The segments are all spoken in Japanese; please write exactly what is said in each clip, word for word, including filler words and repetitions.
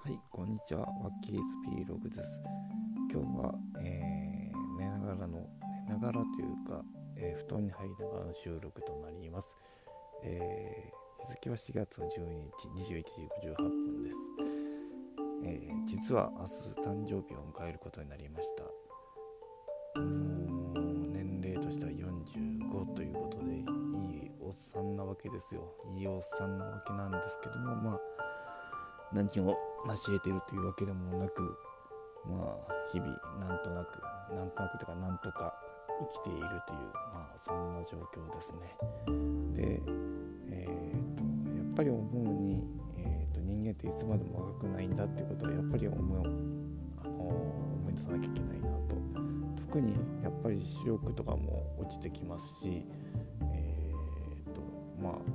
はい、こんにちは。ワッキースピーログです。今日は、えー、寝ながらの寝ながらというか、えー、布団に入りながらの収録となります。えー、日付はしがつのじゅうににちにじゅういちじごじゅうはっぷんです。えー、実は明日誕生日を迎えることになりました。もう年齢としてはよんじゅうごということで、いいおっさんなわけですよ。いいおっさんなわけなんですけども、まあ何を成し得ているというわけでもなく、まあ日々なんとなくなんとなくとかなんとか生きているという、まあそんな状況ですね。で、えー、とやっぱり思うに、えー、と人間っていつまでも若くないんだっていうことをやっぱり思う、あの思い出さなきゃいけないなと。特にやっぱり視力とかも落ちてきますし、えー、とまあ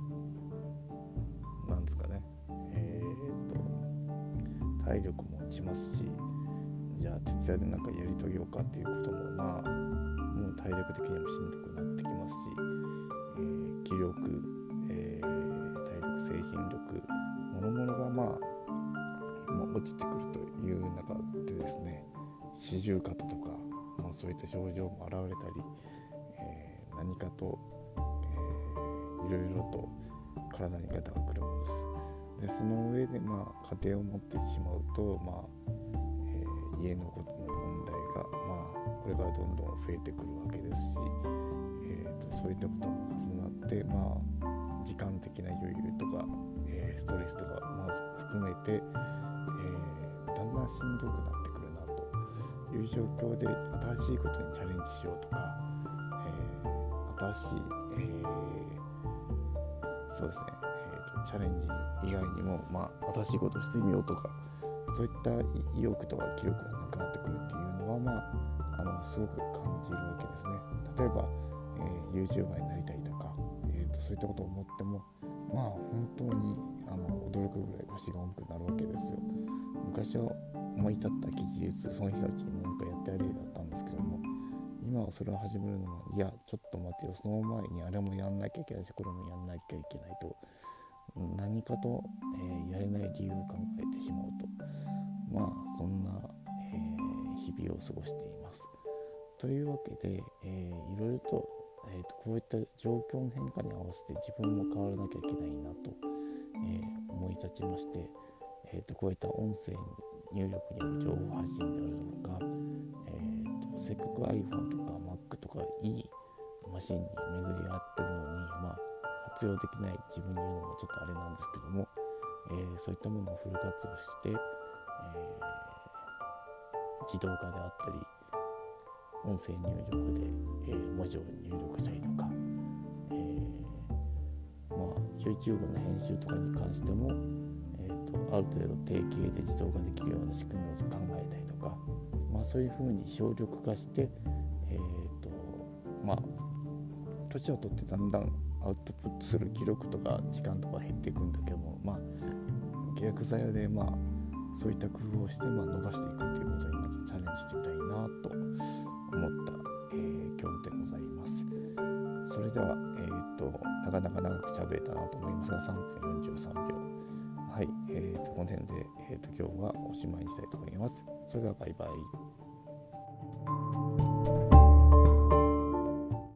なんですかね、えー、と体力も落ちますし、じゃあ徹夜でなんかやり遂げようかっていうこともまあもう体力的にもしんどくなってきますし、えー、気力、えー、体力、精神力もろもろがまあもう落ちてくるという中でですね、四十肩とか、まあ、そういった症状も現れたり、えー、何かと、えー、いろいろと体に方が来るものです。でその上でまあ家庭を持ってしまうと、まあえー、家のことの問題が、まあ、これからどんどん増えてくるわけですし、えー、とそういったことも重なって、まあ、時間的な余裕とか、えー、ストレスとか、まあ、含めて、えー、だんだんしんどくなってくるなという状況で、新しいことにチャレンジしようとか、えー、新しい、えー、そうですねチャレンジ以外にも、まあ、新しいことをしてみようとか、そういった意欲とか気力がなくなってくるっていうのは、まあ、あのすごく感じるわけですね。例えば、えー、YouTuber になりたいとか、えー、とそういったことを思っても、まあ本当にあの驚くぐらい腰が重くなるわけですよ。昔は思い立った技術、その日たちに何かやってやれだったんですけども、今はそれを始めるのも、いやちょっと待ってよ、その前にあれもやんなきゃいけないし、これもやんなきゃいけないと、何かと、えー、やれない理由を考えてしまうと、まあそんな、えー、日々を過ごしています。というわけで、えー、いろいろと、えー、とこういった状況の変化に合わせて自分も変わらなきゃいけないなと、えー、思い立ちまして、えー、とこういった音声入力による情報発信であるとか、えー、とせっかく iPhone とか Mac とかいいマシンに巡り合ってるのに、まあ活用できない自分に言うのもちょっとあれなんですけども、えー、そういったものをフル活用して、えー、自動化であったり音声入力で、えー、文字を入力したりとか、えー、まあ YouTube の編集とかに関しても、えー、とある程度定型で自動化できるような仕組みを考えたりとか、まあそういうふうに省力化して、えー、とまあ年を取ってだんだんアウトプットする記録とか時間とか減っていくんだけども、まあ逆座屋でまあそういった工夫をして、まあ、伸ばしていくっていうことにまたチャレンジしてみたいなと思った、えー、今日でございます。それでは、えー、となかなか長く喋れたなと思いますが、さんぷんよんじゅうさんびょう、はい、えー、とこの辺で、えー、と今日はおしまいにしたいと思います。それではバイバイ。